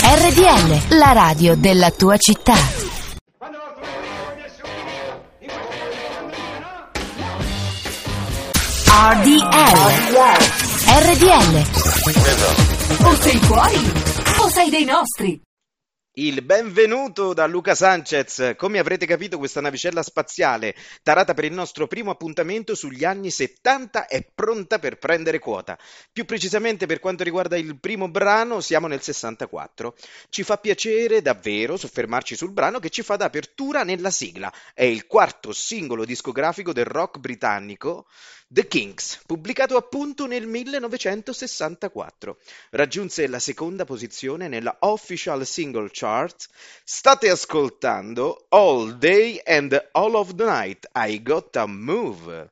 RDL, la radio della tua città. RDL. O sei fuori o sei dei nostri. Il benvenuto da Luca Sanchez. Come avrete capito, questa navicella spaziale, tarata per il nostro primo appuntamento sugli anni 70, è pronta per prendere quota. Più precisamente, per quanto riguarda il primo brano, siamo nel 64. Ci fa piacere davvero soffermarci sul brano che ci fa da apertura nella sigla. È il quarto singolo discografico del rock britannico The Kinks, pubblicato appunto nel 1964. Raggiunse la seconda posizione nella Official Single Chart. State ascoltando All Day and All of the Night, I Gotta Move.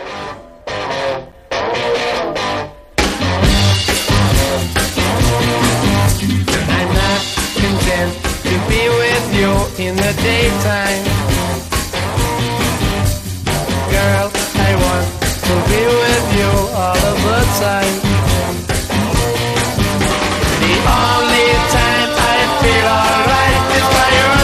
I'm not content to be with you in the daytime. Girl, I want to be with you all of the time. The only time I feel alright is by your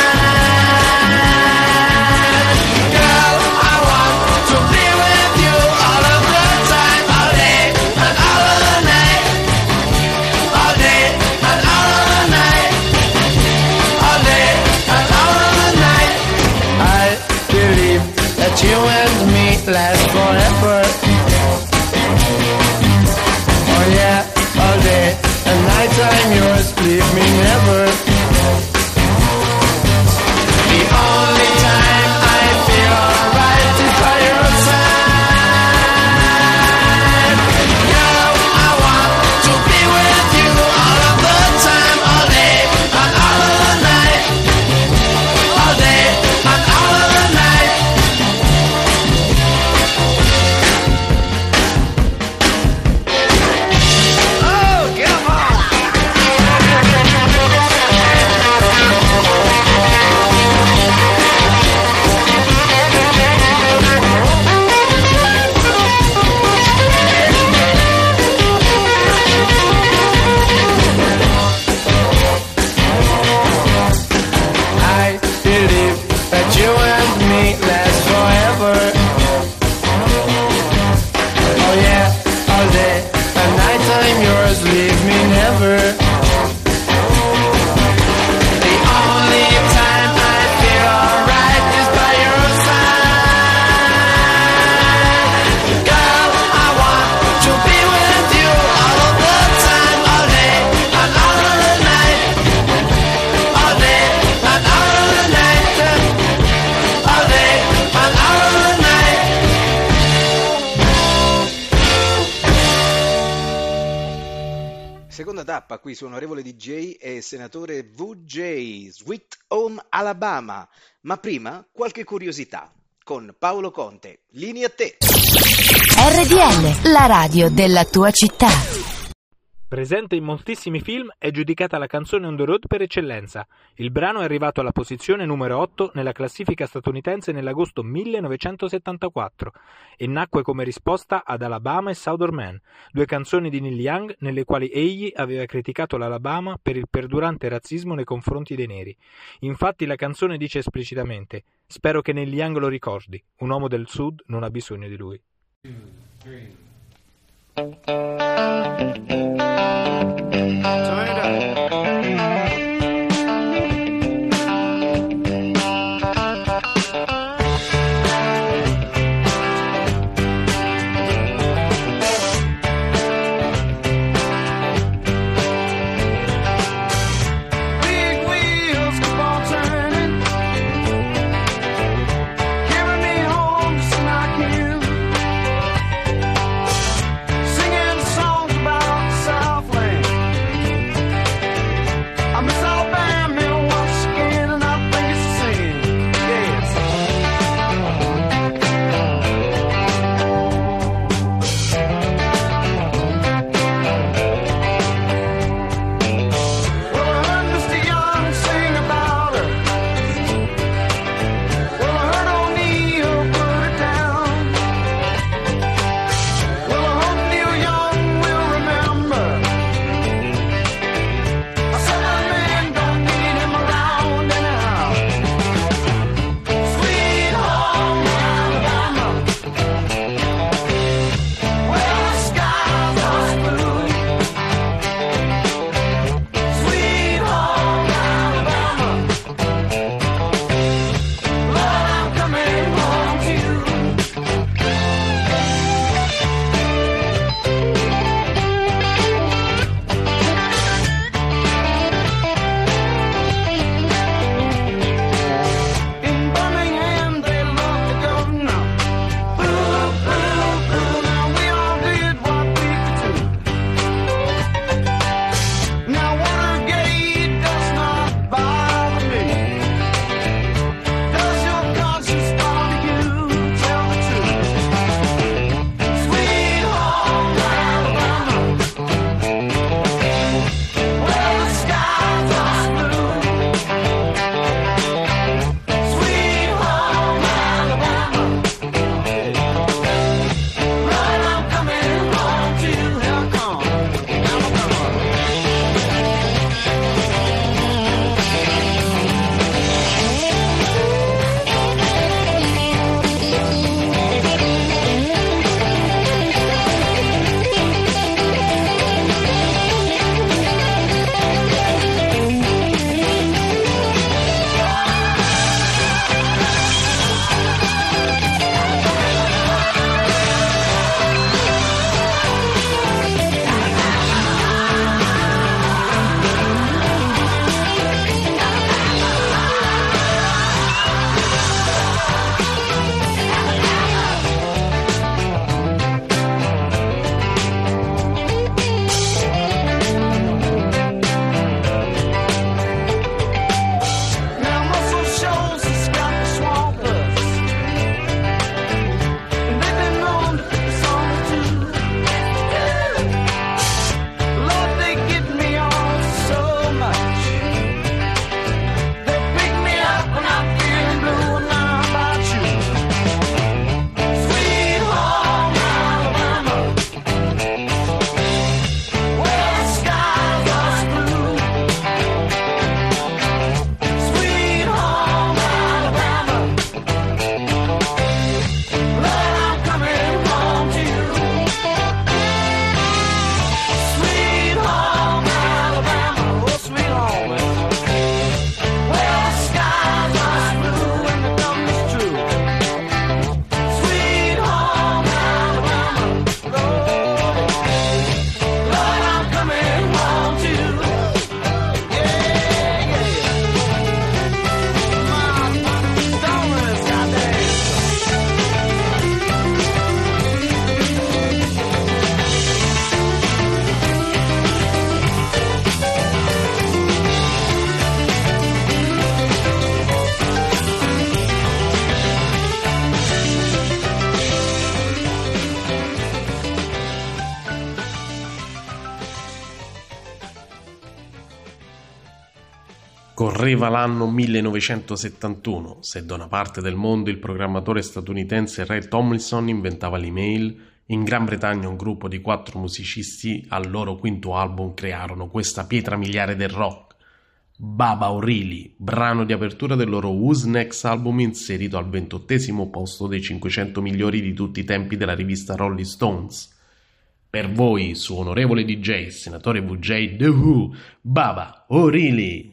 side. Girl, I want to be with you all of the time, all day and all of the night. All day and all of the night. All day and all of the night. I believe that you and me last forever. Oh yeah, all day and night I'm yours, leave me never. The only time I feel alright is by your side. Girl, I want to be with you all of the time, all day and all of the night. All day and all of the night. I believe that you and me last forever. Oh yeah, all day and night I'm yours, leave me never. The only time I feel alright is by your side. Girl, I want to be with you all of the time, all day and all of the night. All day and all of the night. All day and all of the night. Seconda tappa qui su Onorevole DJ e Senatore VJ, Sweet Home Alabama. Ma prima qualche curiosità con Paolo Conte. Linea a te. RDL, la radio della tua città. Presente in moltissimi film, è giudicata la canzone on the road per eccellenza. Il brano è arrivato alla posizione numero 8 nella classifica statunitense nell'agosto 1974 e nacque come risposta ad Alabama e Southern Man, due canzoni di Neil Young nelle quali egli aveva criticato l'Alabama per il perdurante razzismo nei confronti dei neri. Infatti la canzone dice esplicitamente: "Spero che Neil Young lo ricordi, un uomo del Sud non ha bisogno di lui". 2, 3. Turn it up. Big wheels keep on turning, carry me home to Smock Hill, singing songs about the Southland. Correva l'anno 1971, se da una parte del mondo il programmatore statunitense Ray Tomlinson inventava l'email, in Gran Bretagna un gruppo di 4 musicisti al loro quinto album crearono questa pietra miliare del rock, Baba O'Reilly, brano di apertura del loro Who's Next album inserito al 28° posto dei 500 migliori di tutti i tempi della rivista Rolling Stones. Per voi, su onorevole DJ, senatore VJ, The Who, Baba O'Reilly.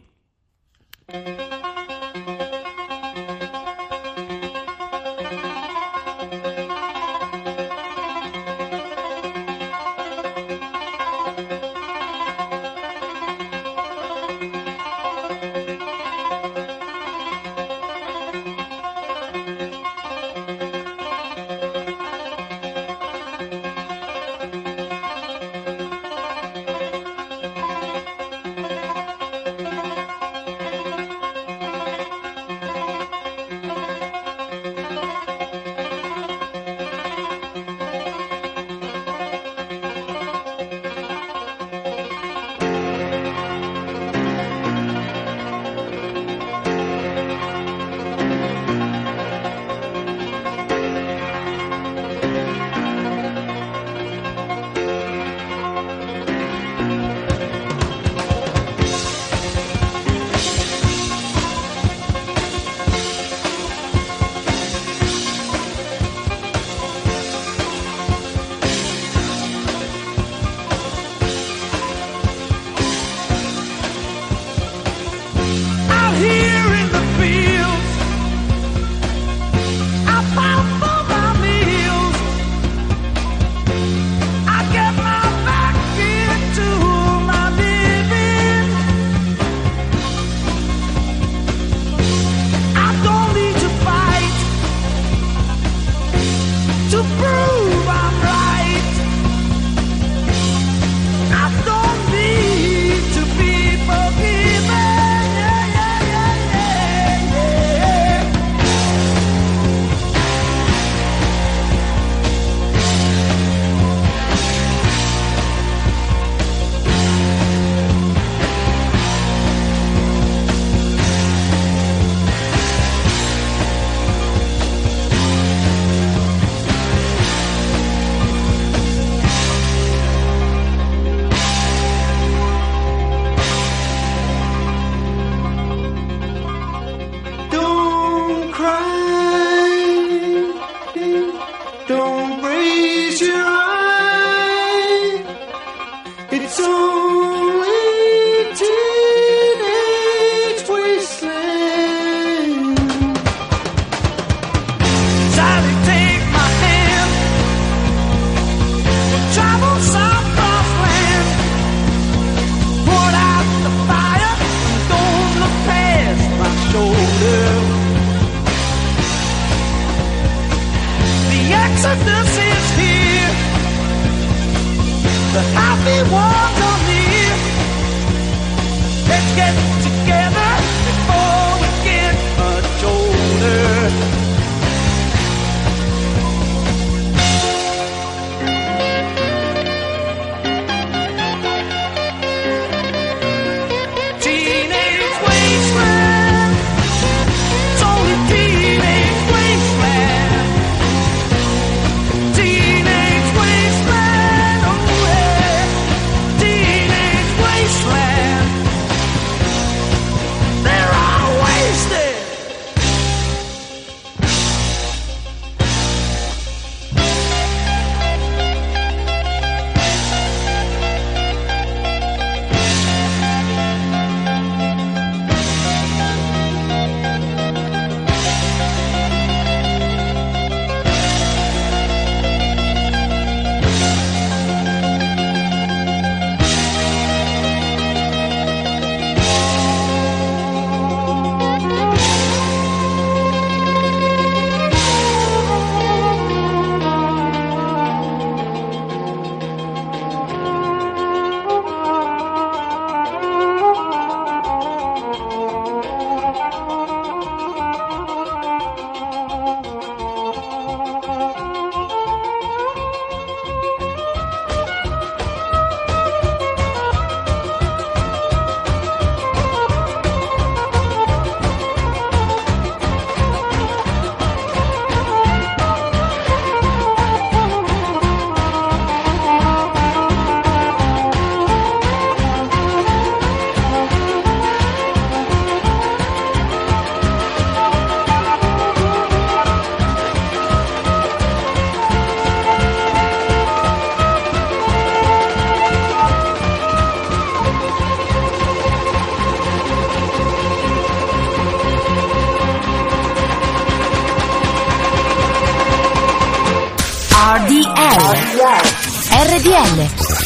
RDL.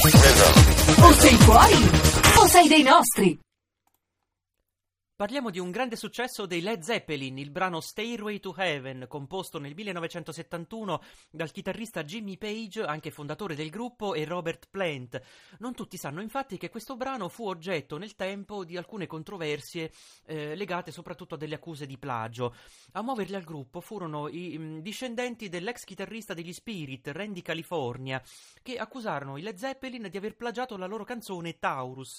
O sei fuori o sei dei nostri. Parliamo di un grande successo dei Led Zeppelin, il brano Stairway to Heaven, composto nel 1971 dal chitarrista Jimmy Page, anche fondatore del gruppo, e Robert Plant. Non tutti sanno infatti che questo brano fu oggetto nel tempo di alcune controversie legate soprattutto a delle accuse di plagio. A muoverli al gruppo furono i discendenti dell'ex chitarrista degli Spirit, Randy California, che accusarono i Led Zeppelin di aver plagiato la loro canzone Taurus.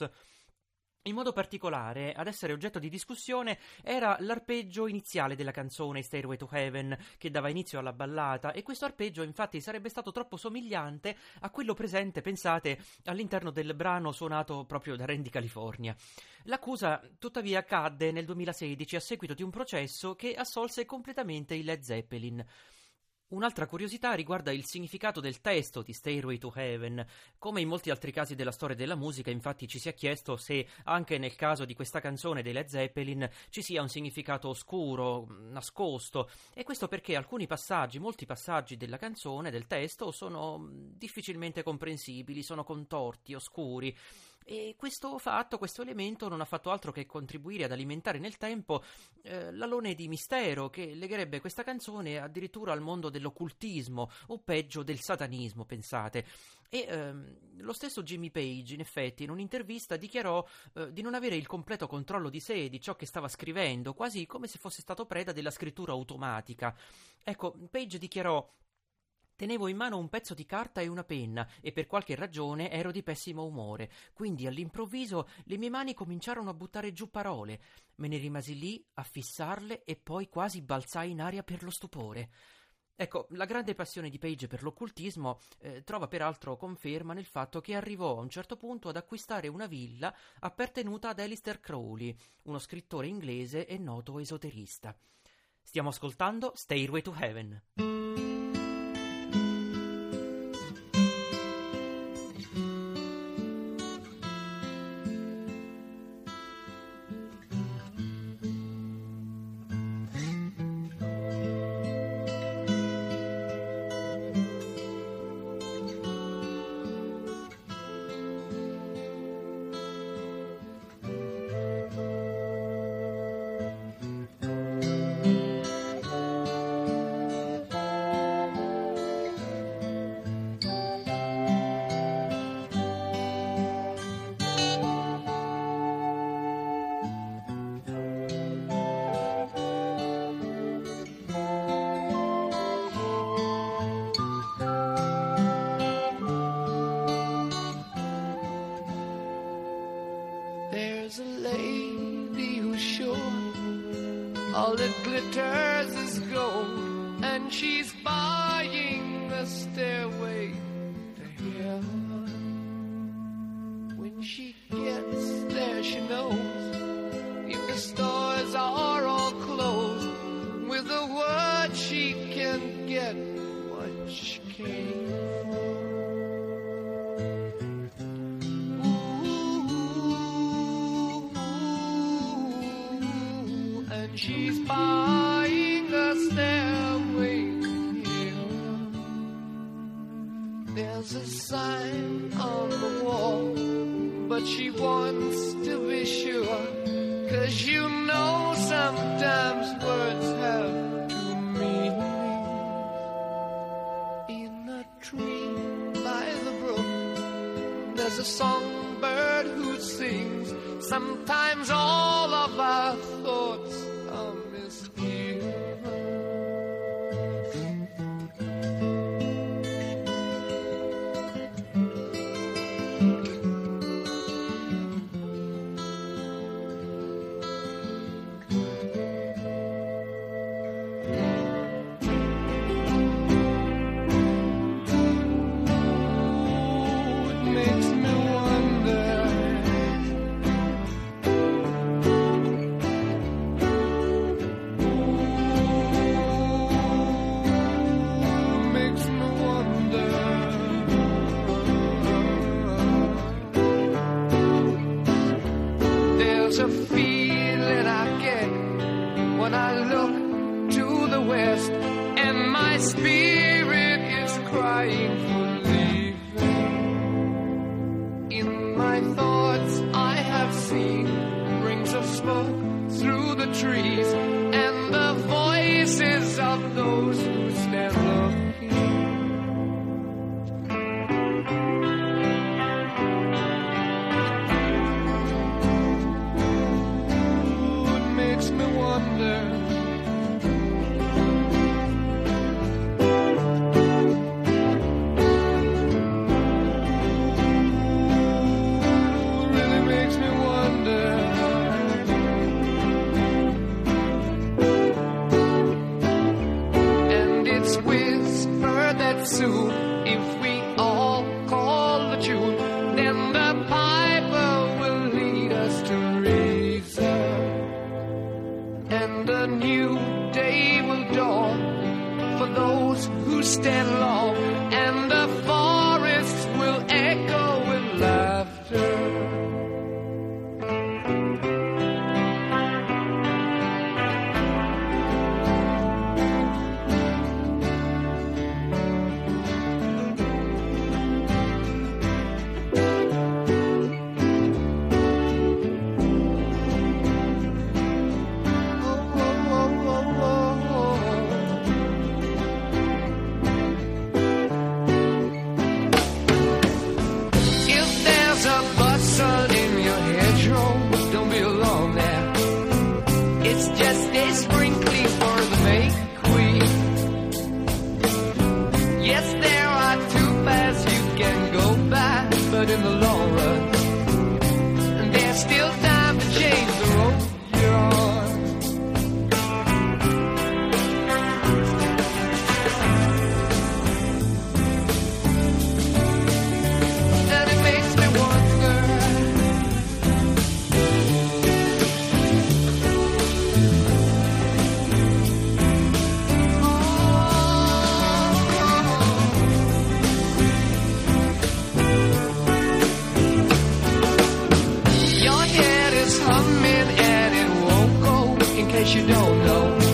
In modo particolare, ad essere oggetto di discussione era l'arpeggio iniziale della canzone Stairway to Heaven, che dava inizio alla ballata, e questo arpeggio infatti sarebbe stato troppo somigliante a quello presente, pensate, all'interno del brano suonato proprio da Randy California. L'accusa tuttavia cadde nel 2016 a seguito di un processo che assolse completamente i Led Zeppelin. Un'altra curiosità riguarda il significato del testo di Stairway to Heaven. Come in molti altri casi della storia della musica, infatti ci si è chiesto se anche nel caso di questa canzone dei Led Zeppelin ci sia un significato oscuro, nascosto, e questo perché alcuni passaggi, molti passaggi della canzone, del testo, sono difficilmente comprensibili, sono contorti, oscuri. E questo fatto, questo elemento non ha fatto altro che contribuire ad alimentare nel tempo l'alone di mistero che legherebbe questa canzone addirittura al mondo dell'occultismo o peggio del satanismo, pensate. E lo stesso Jimmy Page, in effetti, in un'intervista dichiarò di non avere il completo controllo di sé e di ciò che stava scrivendo, quasi come se fosse stato preda della scrittura automatica. Ecco, Page dichiarò: tenevo in mano un pezzo di carta e una penna e per qualche ragione ero di pessimo umore, quindi all'improvviso le mie mani cominciarono a buttare giù parole. Me ne rimasi lì a fissarle e poi quasi balzai in aria per lo stupore. Ecco, la grande passione di Page per l'occultismo trova peraltro conferma nel fatto che arrivò a un certo punto ad acquistare una villa appartenuta ad Aleister Crowley, uno scrittore inglese e noto esoterista. Stiamo ascoltando Stairway to Heaven. There's a lady who's sure all that glitters is gold, and she's buying a stairway to heaven. When she gets there, she knows if the stores are all closed, with a word she can get what she came for. She's buying a stairway here. There's a sign on the wall, but she wants to be sure, 'cause you know sometimes words have two meanings. In a tree by the brook, there's a songbird who sings. Sometimes all of our thoughts are misgiven. It makes me wonder. There's a feeling I get when I look to the west, and my spirit is crying for leaving. my thoughts I have seen rings of smoke through the trees and the voices of those who stand looking. It makes me wonder. Soon, if we all call the tune, then the piper will lead us to reason, and a new day will dawn for those who stand long, and the forests will echo with laughter. You don't know.